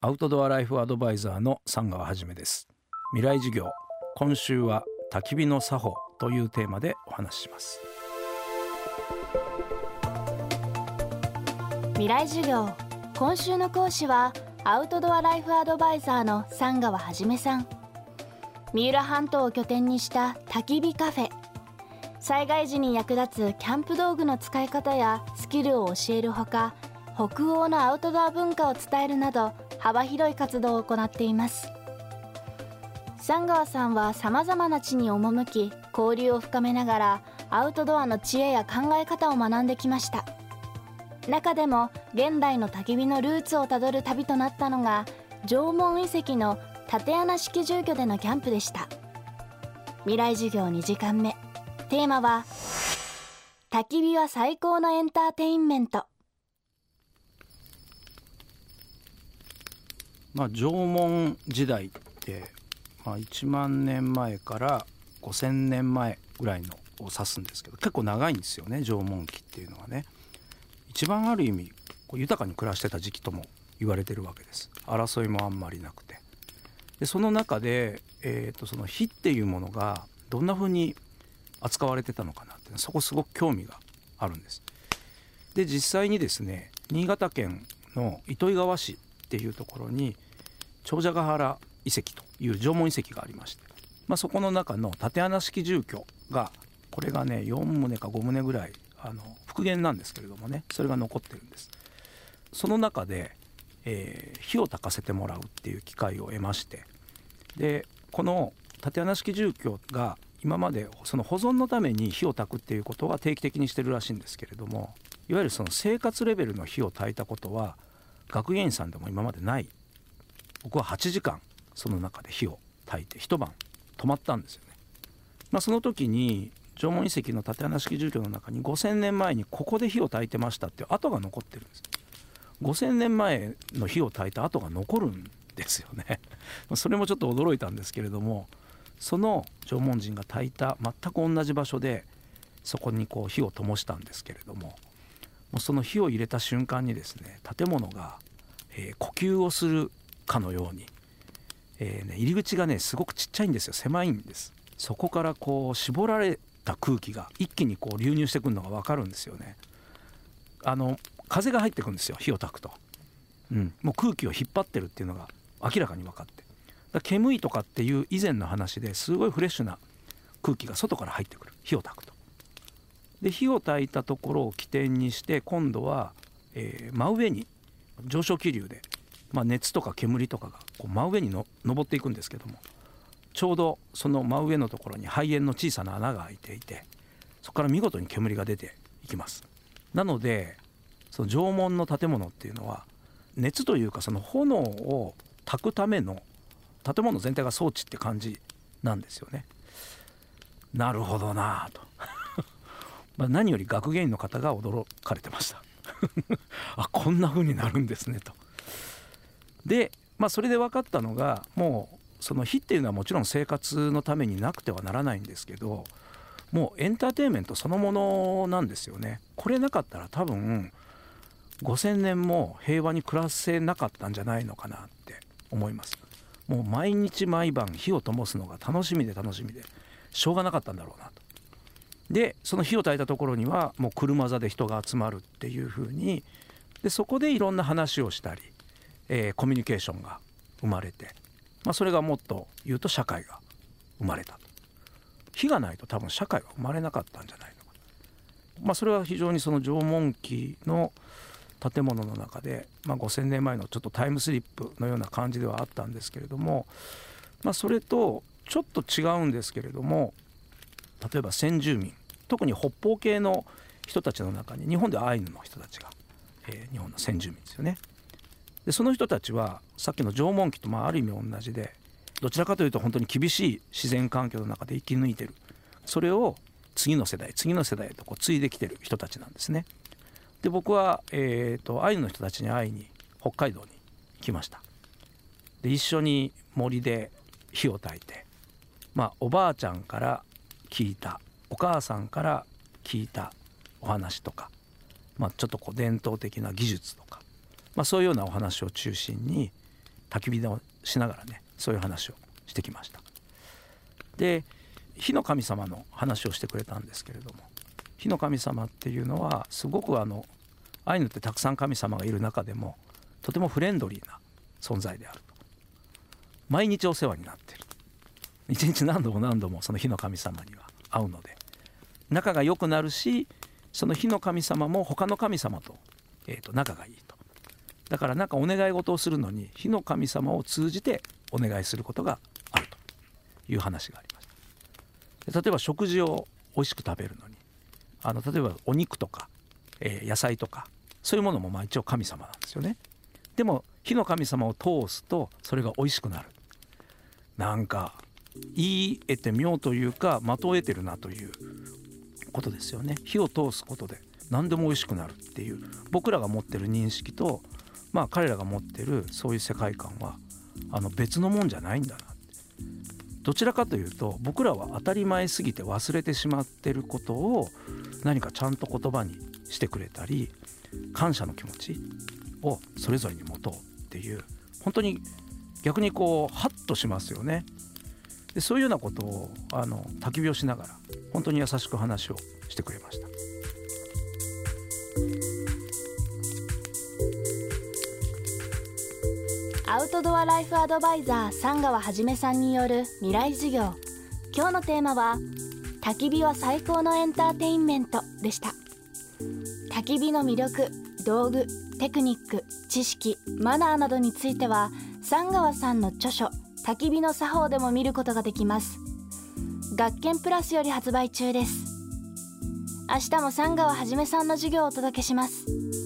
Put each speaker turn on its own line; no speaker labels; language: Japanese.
アウトドアライフアドバイザーの三川はじめです。未来授業、今週は焚き火の作法というテーマでお話しします。
未来授業、今週の講師はアウトドアライフアドバイザーの三川はじめさん。三浦半島を拠点にした焚き火カフェ、災害時に役立つキャンプ道具の使い方やスキルを教えるほか、北欧のアウトドア文化を伝えるなど幅広い活動を行っています。三川さんはさまざまな地に赴き、交流を深めながらアウトドアの知恵や考え方を学んできました。中でも現代の焚き火のルーツをたどる旅となったのが縄文遺跡の竪穴式住居でのキャンプでした。未来授業2時間目、テーマは焚き火は最高のエンターテインメント。
縄文時代って、1万年前から5000年前ぐらいのを指すんですけど、結構長いんですよね、縄文期っていうのはね。一番ある意味豊かに暮らしてた時期とも言われてるわけです。争いもあんまりなくて、でその中で、その火っていうものがどんな風に扱われてたのかなって、そこすごく興味があるんです。で実際にですね、新潟県の糸魚川市っていうところに長者ヶ原遺跡という縄文遺跡がありまして、そこの中の竪穴式住居が、これがね4棟か5棟ぐらい復元なんですけれどもね、それが残ってるんです。その中で、火を焚かせてもらうっていう機会を得まして、でこの竪穴式住居が今までその保存のために火を焚くっていうことは定期的にしてるらしいんですけれども、いわゆるその生活レベルの火を焚いたことは学芸員さんでも今までない。僕は8時間その中で火を焚いて一晩泊まったんですよね。その時に縄文遺跡の竪穴式住居の中に5000年前にここで火を焚いてましたっていう跡が残ってるんです。5000年前の火を焚いた跡が残るんですよね。それもちょっと驚いたんですけれども、その縄文人が焚いた全く同じ場所でそこに火を灯したんですけれども、もうその火を入れた瞬間にですね、建物が、呼吸をするかのように、入り口がねすごくちっちゃいんですよ。狭いんです。そこから絞られた空気が一気に流入してくるのが分かるんですよね。風が入ってくるんですよ、火を焚くと。もう空気を引っ張ってるっていうのが明らかに分かって、煙いとかっていう以前の話ですごいフレッシュな空気が外から入ってくる、火を焚くと。で火を焚いたところを起点にして今度は、真上に上昇気流で、熱とか煙とかが真上に上っていくんですけども、ちょうどその真上のところに肺炎の小さな穴が開いていて、そこから見事に煙が出ていきます。なのでその縄文の建物っていうのは熱というかその炎を焚くための建物全体が装置って感じなんですよね。なるほどなと何より学芸員の方が驚かれてましたあ、こんな風になるんですねと。で、それで分かったのが、もうその火っていうのはもちろん生活のためになくてはならないんですけど、もうエンターテインメントそのものなんですよね。これなかったら多分5000年も平和に暮らせなかったんじゃないのかなって思います。もう毎日毎晩火を灯すのが楽しみでしょうがなかったんだろうなと。でその火を焚いたところにはもう車座で人が集まるっていう風に、でそこでいろんな話をしたり、コミュニケーションが生まれて、それがもっと言うと社会が生まれたと。火がないと多分社会は生まれなかったんじゃないのかな。それは非常にその縄文期の建物の中で、5000年前のちょっとタイムスリップのような感じではあったんですけれども、それとちょっと違うんですけれども、例えば先住民、特に北方系の人たちの中に日本ではアイヌの人たちが、日本の先住民ですよね。でその人たちはさっきの縄文期とある意味同じで、どちらかというと本当に厳しい自然環境の中で生き抜いてる、それを次の世代へと継いできてる人たちなんですね。で僕は、アイヌの人たちに会いに北海道に来ました。で一緒に森で火を焚いて、おばあちゃんから聞いた、お母さんから聞いたお話とか、ちょっと伝統的な技術とか、そういうようなお話を中心に焚き火をしながらね、そういう話をしてきました。で火の神様の話をしてくれたんですけれども、火の神様っていうのはすごくアイヌってたくさん神様がいる中でもとてもフレンドリーな存在であると。毎日お世話になっている、一日何度も何度もその火の神様には会うので仲が良くなるし、その火の神様も他の神様と、仲がいいと。だからなんかお願い事をするのに火の神様を通じてお願いすることがあるという話がありました。で例えば食事を美味しく食べるのに例えばお肉とか、野菜とかそういうものも一応神様なんですよね。でも火の神様を通すとそれが美味しくなる。なんか言い得て妙というか的を得てるなということですよね。火を通すことで何でも美味しくなるっていう僕らが持ってる認識と、彼らが持ってるそういう世界観は別のもんじゃないんだなって。どちらかというと僕らは当たり前すぎて忘れてしまってることを何かちゃんと言葉にしてくれたり、感謝の気持ちをそれぞれに持とうっていう、本当に逆にハッとしますよね。でそういうようなことを焚き火をしながら本当に優しく話をしてくれました。
アウトドアライフアドバイザー三川はじめさんによる未来授業。今日のテーマは焚き火は最高のエンターテインメントでした。焚き火の魅力、道具、テクニック、知識、マナーなどについては三川さんの著書焚き火の作法でも見ることができます。学研プラスより発売中です。明日も三川はじめさんの授業をお届けします。